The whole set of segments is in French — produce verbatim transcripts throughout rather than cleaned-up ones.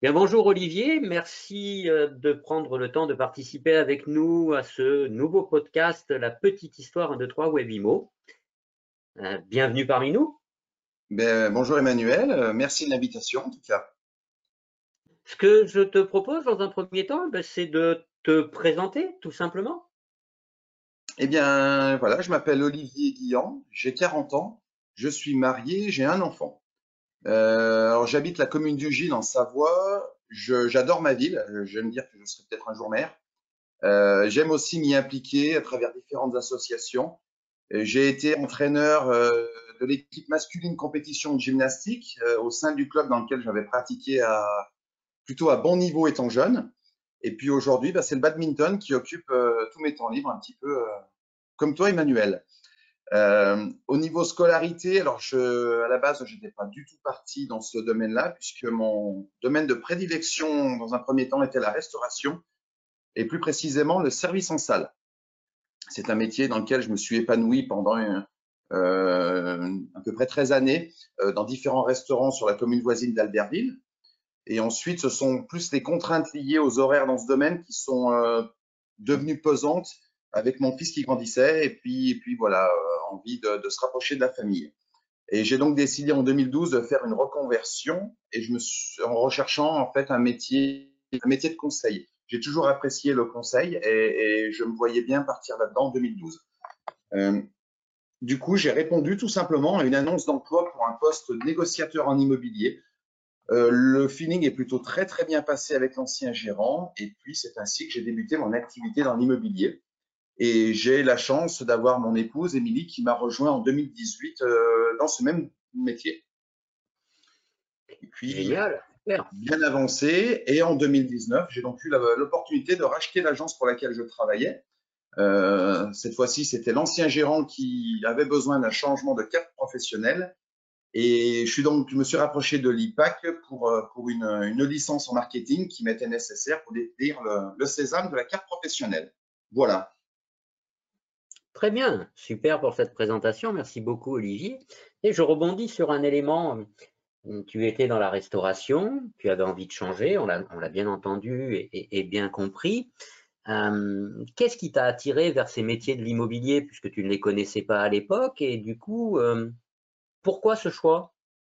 Bien, bonjour Olivier, merci euh, de prendre le temps de participer avec nous à ce nouveau podcast, La petite histoire un, deux, trois Webimo. Euh, bienvenue parmi nous. Ben, bonjour Emmanuel, euh, merci de l'invitation en tout cas. Ce que je te propose dans un premier temps, ben, c'est de te présenter tout simplement. Eh bien voilà, je m'appelle Olivier Guillan, j'ai quarante ans, je suis marié, j'ai un enfant. Euh, alors j'habite la commune du Gil en Savoie, je- j'adore ma ville, euh, je vais me dire que je serai peut-être un jour maire. Euh, j'aime aussi m'y impliquer à travers différentes associations. Euh, J'ai été entraîneur euh, de l'équipe masculine compétition de gymnastique euh, au sein du club dans lequel j'avais pratiqué à, plutôt à bon niveau étant jeune. Et puis aujourd'hui, bah, c'est le badminton qui occupe euh, tous mes temps libres, un petit peu euh, comme toi, Emmanuel. Euh, au niveau scolarité, alors je, à la base, je n'étais pas du tout parti dans ce domaine-là, puisque mon domaine de prédilection, dans un premier temps, était la restauration, et plus précisément le service en salle. C'est un métier dans lequel je me suis épanoui pendant un, euh, à peu près treize années, euh, dans différents restaurants sur la commune voisine d'Albertville. Et ensuite, ce sont plus les contraintes liées aux horaires dans ce domaine qui sont euh, devenues pesantes avec mon fils qui grandissait et puis, et puis voilà, euh, envie de, de se rapprocher de la famille. Et j'ai donc décidé en deux mille douze de faire une reconversion et je me suis en recherchant en fait un métier, un métier de conseil. J'ai toujours apprécié le conseil et, et je me voyais bien partir là-dedans en deux mille douze. Euh, du coup, j'ai répondu tout simplement à une annonce d'emploi pour un poste de négociateur en immobilier. Euh, le feeling est plutôt très très bien passé avec l'ancien gérant et puis c'est ainsi que j'ai débuté mon activité dans l'immobilier. Et j'ai la chance d'avoir mon épouse Émilie qui m'a rejoint en deux mille dix-huit euh, dans ce même métier. Et puis Génial, super. bien avancé et en deux mille dix-neuf, j'ai donc eu l'opportunité de racheter l'agence pour laquelle je travaillais. Euh, cette fois-ci, c'était l'ancien gérant qui avait besoin d'un changement de cap professionnel. Et je suis donc, je me suis rapproché de l'I P A C pour, euh, pour une, une licence en marketing qui m'était nécessaire pour détenir le, le sésame de la carte professionnelle. Voilà. Très bien, super pour cette présentation, merci beaucoup Olivier. Et je rebondis sur un élément. Tu étais dans la restauration, tu avais envie de changer, on l'a on l'a bien entendu et, et- et bien compris. Euh, qu'est-ce qui t'a attiré vers ces métiers de l'immobilier puisque tu ne les connaissais pas à l'époque et du coup, euh, pourquoi ce choix?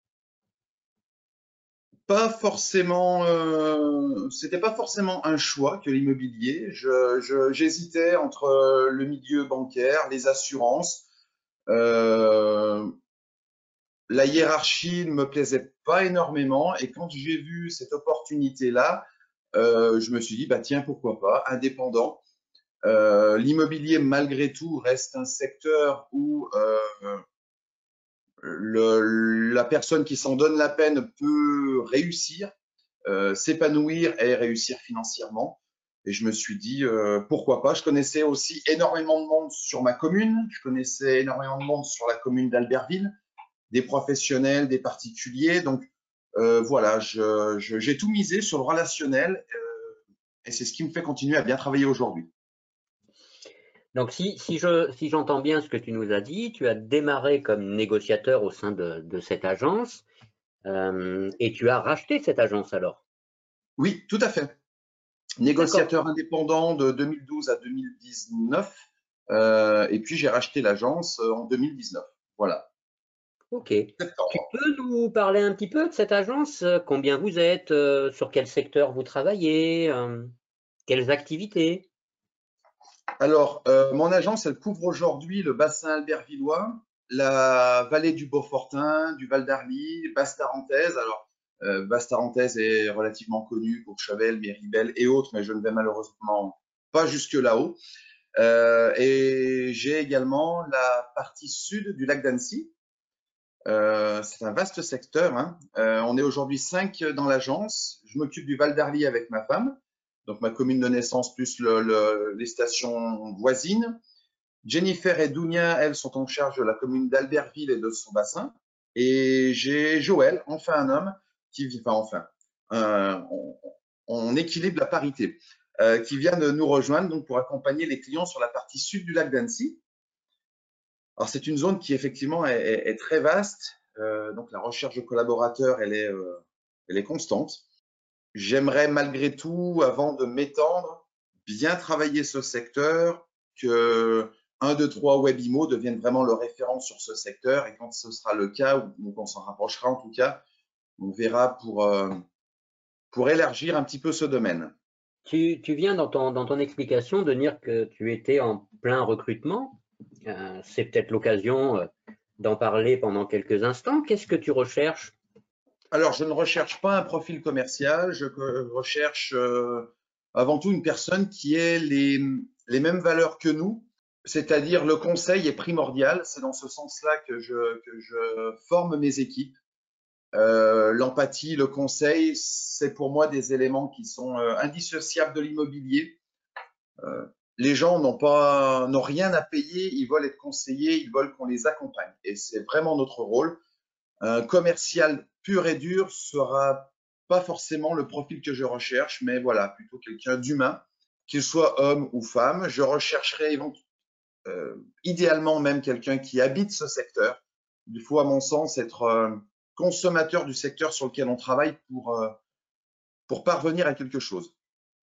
Pas forcément, euh, c'était pas forcément un choix que l'immobilier. Je, je- j'hésitais entre le milieu bancaire, les assurances. Euh, la hiérarchie ne me plaisait pas énormément et quand j'ai vu cette opportunité-là, euh, je me suis dit, bah tiens, pourquoi pas, indépendant. Euh, l'immobilier, malgré tout, reste un secteur où euh, le- la personne qui s'en donne la peine peut réussir, euh, s'épanouir et réussir financièrement. Et je me suis dit, euh, pourquoi pas. Je connaissais aussi énormément de monde sur ma commune. Je connaissais énormément de monde sur la commune d'Albertville, des professionnels, des particuliers. Donc euh, voilà, je, je, j'ai tout misé sur le relationnel euh, et c'est ce qui me fait continuer à bien travailler aujourd'hui. Donc si, si je, si j'entends bien ce que tu nous as dit, tu as démarré comme négociateur au sein de, de cette agence euh, et tu as racheté cette agence alors. Oui, tout à fait. D'accord, Négociateur indépendant de deux mille douze à deux mille dix-neuf. Euh, et puis j'ai racheté l'agence euh, en deux mille dix-neuf. Voilà. ok. Tu Septembre. peux nous parler un petit peu de cette agence? Combien vous êtes? Euh, sur quel secteur vous travaillez? Euh, quelles activités? Alors, euh, mon agence, elle couvre aujourd'hui le bassin albervillois, la vallée du Beaufortin, du Val d'Arly, Basse-Tarentaise. Alors, euh, Basse-Tarentaise est relativement connue pour Chavel, Méribel et autres, mais je ne vais malheureusement pas jusque là-haut. Euh, et j'ai également la partie sud du lac d'Annecy. Euh, c'est un vaste secteur, hein. Euh, on est aujourd'hui cinq dans l'agence. Je m'occupe du Val d'Arly avec ma femme, donc ma commune de naissance plus le, le, les stations voisines. Jennifer et Dounia, elles, sont en charge de la commune d'Albertville et de son bassin. Et j'ai Joël, enfin un homme, qui vit, enfin enfin, euh, on, on équilibre la parité, euh, qui vient de nous rejoindre donc pour accompagner les clients sur la partie sud du lac d'Annecy. Alors c'est une zone qui effectivement est, est, est très vaste, euh, donc la recherche de collaborateurs, elle est, euh, elle est constante. j'aimerais malgré tout, avant de m'étendre, bien travailler ce secteur, que un, deux, trois Webimo devienne vraiment le référent sur ce secteur. Et quand ce sera le cas, ou on s'en rapprochera en tout cas, on verra pour, euh, pour élargir un petit peu ce domaine. Tu, tu viens dans ton, dans ton explication de dire que tu étais en plein recrutement. Euh, c'est peut-être l'occasion euh, d'en parler pendant quelques instants. Qu'est-ce que tu recherches? Alors, je ne recherche pas un profil commercial, je recherche euh, avant tout une personne qui ait les, les mêmes valeurs que nous, c'est-à-dire le conseil est primordial. C'est dans ce sens-là que je, que je forme mes équipes. Euh, l'empathie, le conseil, c'est pour moi des éléments qui sont euh, indissociables de l'immobilier. Euh, les gens n'ont pas, n'ont rien à payer, ils veulent être conseillés, ils veulent qu'on les accompagne. Et c'est vraiment notre rôle. Un commercial pur et dur sera pas forcément le profil que je recherche, mais voilà, plutôt quelqu'un d'humain, qu'il soit homme ou femme. Je rechercherai euh, idéalement même quelqu'un qui habite ce secteur. Il faut, à mon sens, être euh, consommateur du secteur sur lequel on travaille pour, euh, pour parvenir à quelque chose.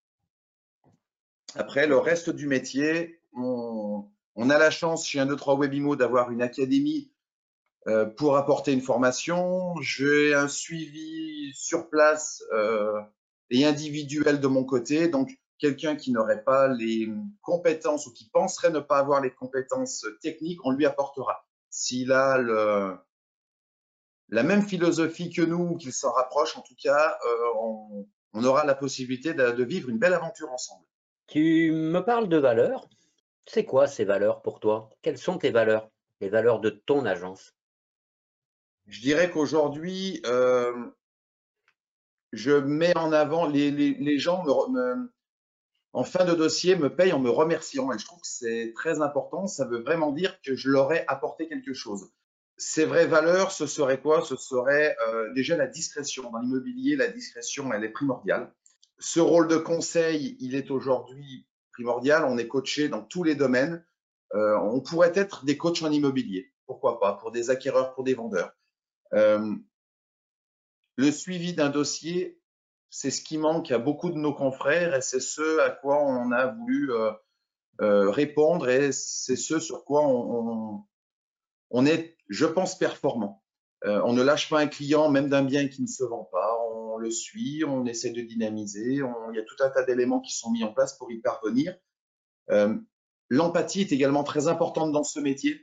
Après, le reste du métier, on, on a la chance chez un, deux, trois Webimo d'avoir une académie euh, pour apporter une formation. J'ai un suivi sur place euh, et individuel de mon côté. Donc, quelqu'un qui n'aurait pas les compétences ou qui penserait ne pas avoir les compétences techniques, on lui apportera. S'il a le, la même philosophie que nous, qu'il s'en rapproche, en tout cas, euh, on, on, aura la possibilité de, de vivre une belle aventure ensemble. Tu me parles de valeurs. C'est quoi ces valeurs pour toi? Quelles sont tes valeurs? Les valeurs de ton agence? Je dirais qu'aujourd'hui, euh, je mets en avant, les, les, les gens me, me, en fin de dossier me payent en me remerciant. Et je trouve que c'est très important. Ça veut vraiment dire que je leur ai apporté quelque chose. Ces vraies valeurs, ce serait quoi? Ce serait euh, déjà la discrétion. Dans l'immobilier, la discrétion, elle est primordiale. Ce rôle de conseil, il est aujourd'hui primordial. On est coaché dans tous les domaines. Euh, on pourrait être des coachs en immobilier. Pourquoi pas? Pour des acquéreurs, pour des vendeurs. Euh, le suivi d'un dossier, c'est ce qui manque à beaucoup de nos confrères et c'est ce à quoi on a voulu euh, euh, répondre et c'est ce sur quoi on, on, on est, je pense, performant. Euh, on ne lâche pas un client, même d'un bien qui ne se vend pas. On le suit, on essaie de dynamiser. On, il y a tout un tas d'éléments qui sont mis en place pour y parvenir. Euh, L'empathie est également très importante dans ce métier.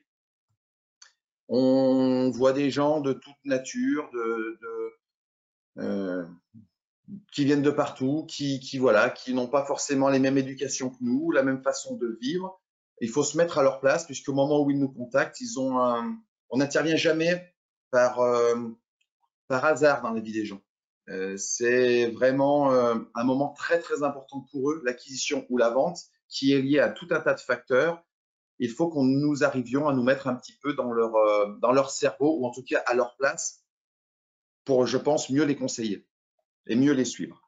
On voit des gens de toute nature, de, de, euh, qui viennent de partout, qui, qui voilà, qui n'ont pas forcément les mêmes éducations que nous, la même façon de vivre. Il faut se mettre à leur place, puisqu'au moment où ils nous contactent, ils ont un, on n'intervient jamais par, euh, par hasard dans la vie des gens. Euh, c'est vraiment euh, un moment très très important pour eux, l'acquisition ou la vente, qui est liée à tout un tas de facteurs. Il faut qu'on nous arrivions à nous mettre un petit peu dans leur, euh, dans leur cerveau, ou en tout cas à leur place, pour, je pense, mieux les conseiller et mieux les suivre.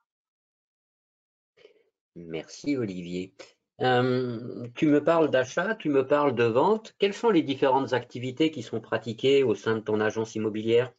Merci Olivier. Euh, tu me parles d'achat, tu me parles de vente. Quelles sont les différentes activités qui sont pratiquées au sein de ton agence immobilière?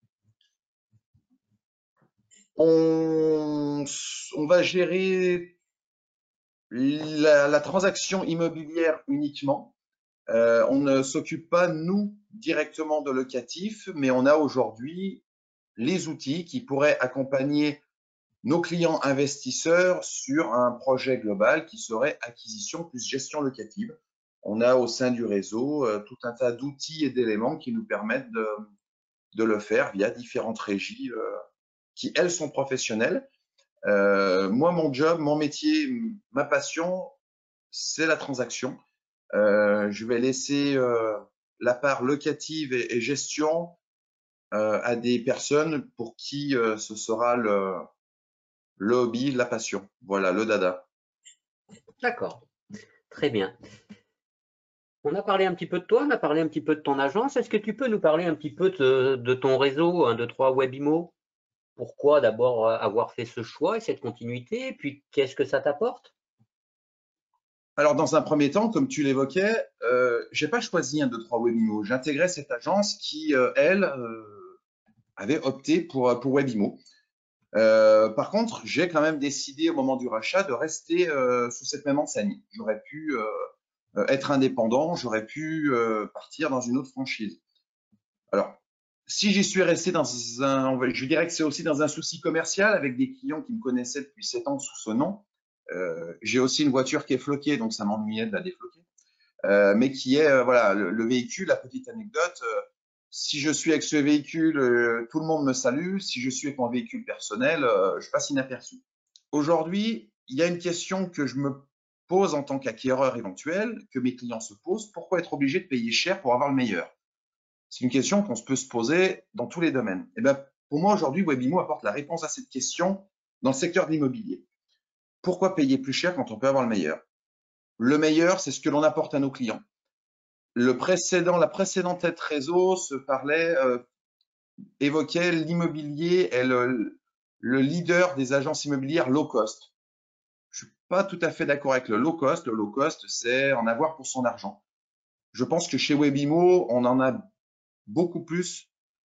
On, on va gérer la, la transaction immobilière uniquement. Euh, on ne s'occupe pas, nous, directement de locatif, mais on a aujourd'hui les outils qui pourraient accompagner nos clients investisseurs sur un projet global qui serait acquisition plus gestion locative. On a au sein du réseau euh, tout un tas d'outils et d'éléments qui nous permettent de, de le faire via différentes régies euh, qui, elles, sont professionnelles. Euh, moi, mon job, mon métier, ma passion, c'est la transaction. Euh, je vais laisser euh, la part locative et, et gestion euh, à des personnes pour qui euh, ce sera le, le hobby, la passion. Voilà, le dada. D'accord, très bien. On a parlé un petit peu de toi, on a parlé un petit peu de ton agence. Est-ce que tu peux nous parler un petit peu de, de ton réseau, un, deux, trois Webimo? Pourquoi d'abord euh, avoir fait ce choix et cette continuité? Et puis, qu'est-ce que ça t'apporte? Alors, dans un premier temps, comme tu l'évoquais, euh, j'ai pas choisi un, deux, trois Webimo. J'intégrais cette agence qui, euh, elle, euh, avait opté pour, pour Webimo. Euh, par contre, j'ai quand même décidé au moment du rachat de rester euh, sous cette même enseigne. J'aurais pu euh, être indépendant, j'aurais pu euh, partir dans une autre franchise. Alors, si j'y suis resté dans un, je dirais que c'est aussi dans un souci commercial avec des clients qui me connaissaient depuis sept ans sous ce nom. Euh, j'ai aussi une voiture qui est floquée, donc ça m'ennuyait de la défloquer. Euh, mais qui est, euh, voilà, le, le véhicule, la petite anecdote. Euh, si je suis avec ce véhicule, euh, tout le monde me salue. Si je suis avec mon véhicule personnel, euh, je passe inaperçu. Aujourd'hui, il y a une question que je me pose en tant qu'acquéreur éventuel, que mes clients se posent. Pourquoi être obligé de payer cher pour avoir le meilleur? C'est une question qu'on se peut se poser dans tous les domaines. Et ben, pour moi, aujourd'hui, Webimo apporte la réponse à cette question dans le secteur de l'immobilier. Pourquoi payer plus cher quand on peut avoir le meilleur? Le meilleur, c'est ce que l'on apporte à nos clients. Le précédent, la précédente tête réseau se parlait, euh, évoquait l'immobilier et le, le leader des agences immobilières low cost. Je suis pas tout à fait d'accord avec le low cost. Le low cost, c'est en avoir pour son argent. Je pense que chez Webimo, on en a beaucoup plus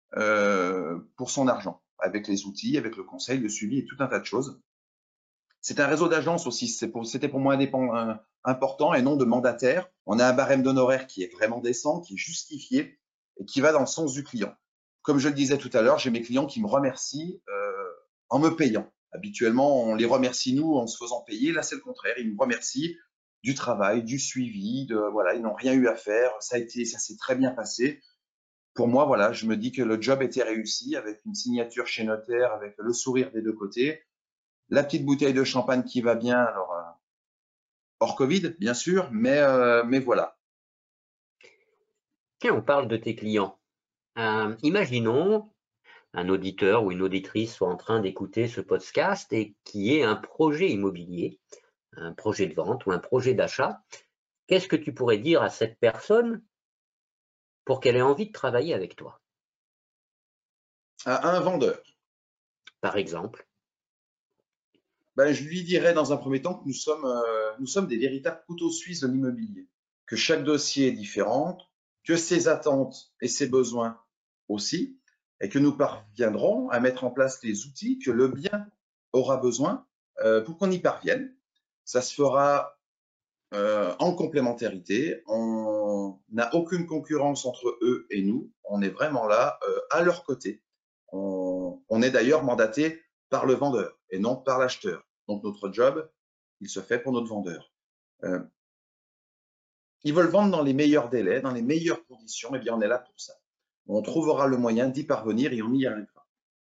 euh, pour son argent, avec les outils, avec le conseil, le suivi et tout un tas de choses. C'est un réseau d'agences aussi, c'était pour, pour moi indépendant, euh, important et non de mandataire. On a un barème d'honoraires qui est vraiment décent, qui est justifié et qui va dans le sens du client. Comme je le disais tout à l'heure, j'ai mes clients qui me remercient euh, en me payant. Habituellement, on les remercie nous en se faisant payer. Là, c'est le contraire. Ils me remercient du travail, du suivi, de voilà, ils n'ont rien eu à faire. Ça a été, ça s'est très bien passé. Pour moi, voilà, je me dis que le job était réussi avec une signature chez notaire, avec le sourire des deux côtés, la petite bouteille de champagne qui va bien, alors euh, hors Covid, bien sûr, mais, euh, mais voilà. Tiens, on parle de tes clients. Euh, imaginons un auditeur ou une auditrice soit en train d'écouter ce podcast et qui ait un projet immobilier, un projet de vente ou un projet d'achat. Qu'est-ce que tu pourrais dire à cette personne pour qu'elle ait envie de travailler avec toi, À un vendeur, par exemple? ben, je lui dirais dans un premier temps que nous sommes, euh, nous sommes des véritables couteaux suisses de l'immobilier, que chaque dossier est différent, que ses attentes et ses besoins aussi, et que nous parviendrons à mettre en place les outils que le bien aura besoin euh, pour qu'on y parvienne. Ça se fera euh, en complémentarité. On n'a aucune concurrence entre eux et nous. On est vraiment là euh, à leur côté. On, on est d'ailleurs mandaté par le vendeur et non par l'acheteur. Donc notre job, il se fait pour notre vendeur. Euh, ils veulent vendre dans les meilleurs délais, dans les meilleures conditions. Eh bien, on est là pour ça. On trouvera le moyen d'y parvenir et on y arrivera.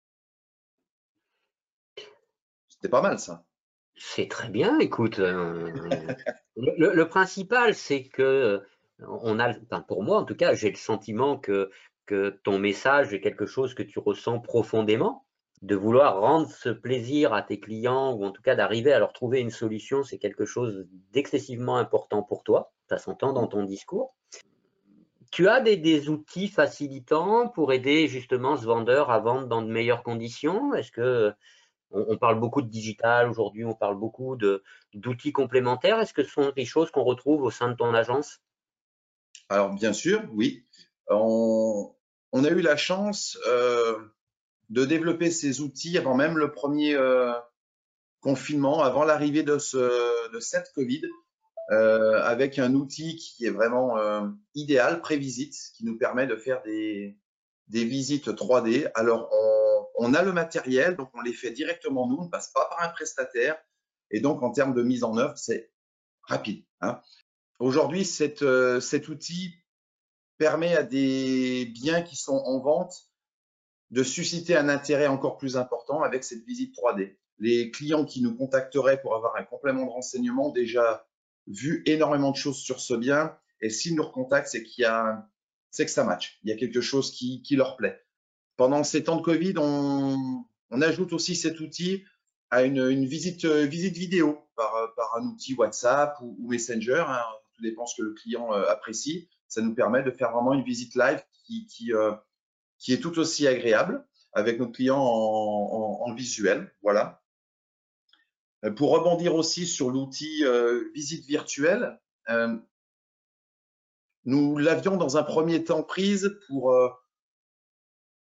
C'était pas mal ça. C'est très bien, écoute. euh, le, le principal, c'est que on a, enfin, pour moi en tout cas, j'ai le sentiment que, que ton message est quelque chose que tu ressens profondément. De vouloir rendre ce plaisir à tes clients, ou en tout cas d'arriver à leur trouver une solution, c'est quelque chose d'excessivement important pour toi. Ça s'entend dans ton discours. Tu as des, des outils facilitants pour aider justement ce vendeur à vendre dans de meilleures conditions? Est-ce que on, on parle beaucoup de digital aujourd'hui, on parle beaucoup de d'outils complémentaires. Est-ce que ce sont des choses qu'on retrouve au sein de ton agence? Alors bien sûr, oui. On, on a eu la chance euh, de développer ces outils avant même le premier euh, confinement, avant l'arrivée de, ce, de cette Covid, euh, avec un outil qui est vraiment euh, idéal, Prévisite, qui nous permet de faire des, des visites trois D. Alors, on, on a le matériel, donc on les fait directement nous, on ne passe pas par un prestataire. Et donc, en termes de mise en œuvre, c'est rapide. Hein. Aujourd'hui, cet, euh, cet outil permet à des biens qui sont en vente de susciter un intérêt encore plus important avec cette visite trois D. Les clients qui nous contacteraient pour avoir un complément de renseignement ont déjà vu énormément de choses sur ce bien et s'ils nous recontactent, c'est qu'il y a, c'est que ça match. Il y a quelque chose qui, qui leur plaît. Pendant ces temps de Covid, on, on ajoute aussi cet outil à une, une visite, visite vidéo par, par un outil WhatsApp ou, ou Messenger. Hein, tout dépend ce que le client euh, apprécie. Ça nous permet de faire vraiment une visite live qui, qui, euh, qui est tout aussi agréable avec notre client en, en, en visuel. Voilà. Pour rebondir aussi sur l'outil euh, visite virtuelle, euh, nous l'avions dans un premier temps prise pour, euh,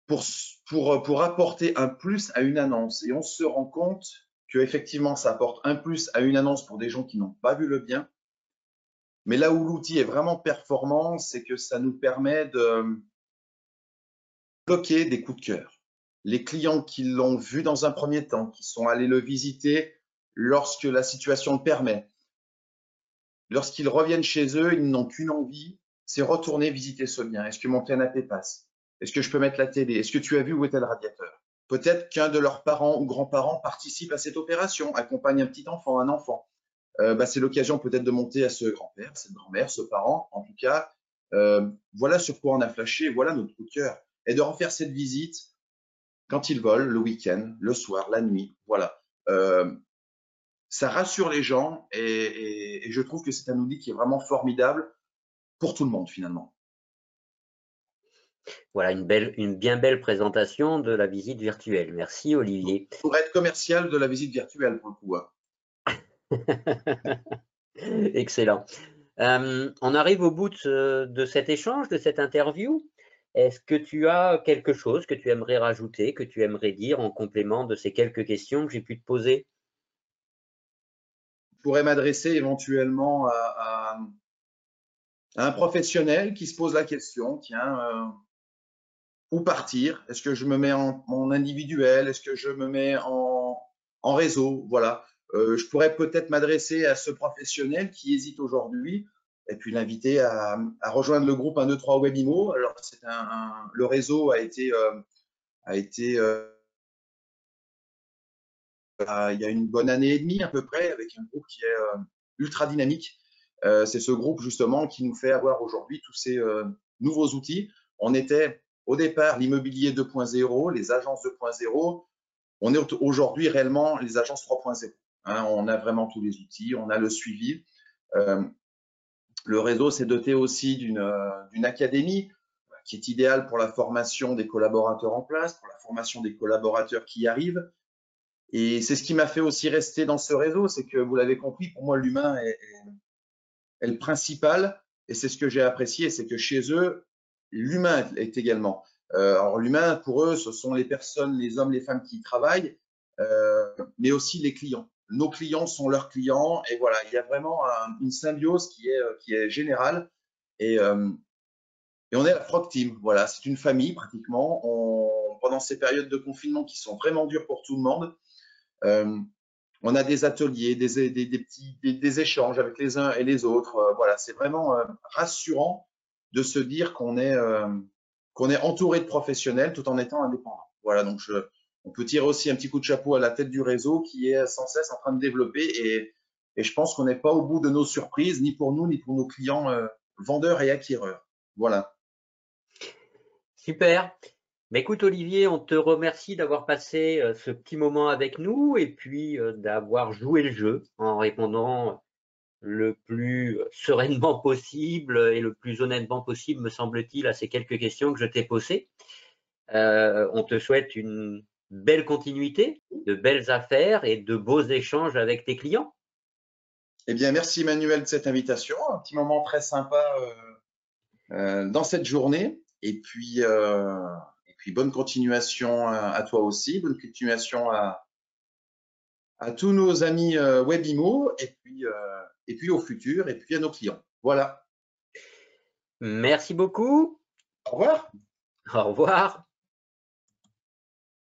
pour, pour, pour apporter un plus à une annonce. Et on se rend compte que effectivement, ça apporte un plus à une annonce pour des gens qui n'ont pas vu le bien. Mais là où l'outil est vraiment performant, c'est que ça nous permet de bloquer des coups de cœur. Les clients qui l'ont vu dans un premier temps, qui sont allés le visiter lorsque la situation le permet, lorsqu'ils reviennent chez eux, ils n'ont qu'une envie, c'est retourner visiter ce bien. Est-ce que mon canapé passe? Est-ce que je peux mettre la télé? Est-ce que tu as vu où était le radiateur? Peut-être qu'un de leurs parents ou grands-parents participe à cette opération, accompagne un petit enfant, un enfant. Euh, bah, c'est l'occasion peut-être de monter à ce grand-père, cette grand-mère, ce parent, en tout cas. Euh, voilà sur quoi on a flashé, voilà notre coup de cœur. Et de refaire cette visite quand ils volent, le week-end, le soir, la nuit, voilà. Euh, ça rassure les gens et, et, et je trouve que c'est un outil qui est vraiment formidable pour tout le monde finalement. Voilà une belle, une bien belle présentation de la visite virtuelle. Merci Olivier. Pour être commercial de la visite virtuelle pour le coup. Hein. Excellent. Euh, on arrive au bout de, de cet échange, de cette interview. Est-ce que tu as quelque chose que tu aimerais rajouter, que tu aimerais dire en complément de ces quelques questions que j'ai pu te poser? Je pourrais m'adresser éventuellement à, à, à, un professionnel qui se pose la question, tiens, euh, où partir? Est-ce que je me mets en, en individuel? Est-ce que je me mets en, en réseau? Voilà. Euh, je pourrais peut-être m'adresser à ce professionnel qui hésite aujourd'hui et puis l'inviter à, à, rejoindre le groupe un deux trois Webimo. Alors, c'est un, un, le réseau a été, euh, a été euh, il y a une bonne année et demie à peu près, avec un groupe qui est euh, ultra dynamique. Euh, c'est ce groupe justement qui nous fait avoir aujourd'hui tous ces euh, nouveaux outils. On était au départ l'immobilier deux point zéro, les agences deux point zéro. On est aujourd'hui réellement les agences trois point zéro. Hein, on a vraiment tous les outils, on a le suivi. Euh, le réseau s'est doté aussi d'une euh, d'une académie qui est idéale pour la formation des collaborateurs en place, pour la formation des collaborateurs qui arrivent. Et c'est ce qui m'a fait aussi rester dans ce réseau, c'est que vous l'avez compris, pour moi l'humain est, est, est le principal, et c'est ce que j'ai apprécié, c'est que chez eux, l'humain est également. Euh, alors l'humain, pour eux, ce sont les personnes, les hommes, les femmes qui y travaillent, euh, mais aussi les clients. Nos clients sont leurs clients, et voilà, il y a vraiment un, une symbiose qui est, qui est générale, et, euh, et on est la Frog Team. Voilà, c'est une famille pratiquement. On, pendant ces périodes de confinement qui sont vraiment dures pour tout le monde. Euh, on a des ateliers, des, des, des petits, des, des, échanges avec les uns et les autres. Euh, voilà, c'est vraiment euh, rassurant de se dire qu'on est, euh, qu'on est entouré de professionnels tout en étant indépendant. Voilà, donc je, on peut tirer aussi un petit coup de chapeau à la tête du réseau qui est sans cesse en train de développer et, et je pense qu'on n'est pas au bout de nos surprises, ni pour nous, ni pour nos clients euh, vendeurs et acquéreurs. Voilà. Super. Mais écoute Olivier, on te remercie d'avoir passé euh, ce petit moment avec nous et puis euh, d'avoir joué le jeu en répondant le plus sereinement possible et le plus honnêtement possible, me semble-t-il, à ces quelques questions que je t'ai posées. Euh, on te souhaite une belle continuité, de belles affaires et de beaux échanges avec tes clients. Eh bien, merci Emmanuel de cette invitation. Un petit moment très sympa euh, euh, dans cette journée. Et puis, euh, et puis bonne continuation à, à toi aussi. Bonne continuation à, à tous nos amis euh, Webimo et puis, euh, et puis au futur et puis à nos clients. Voilà. Merci beaucoup. Au revoir. Au revoir.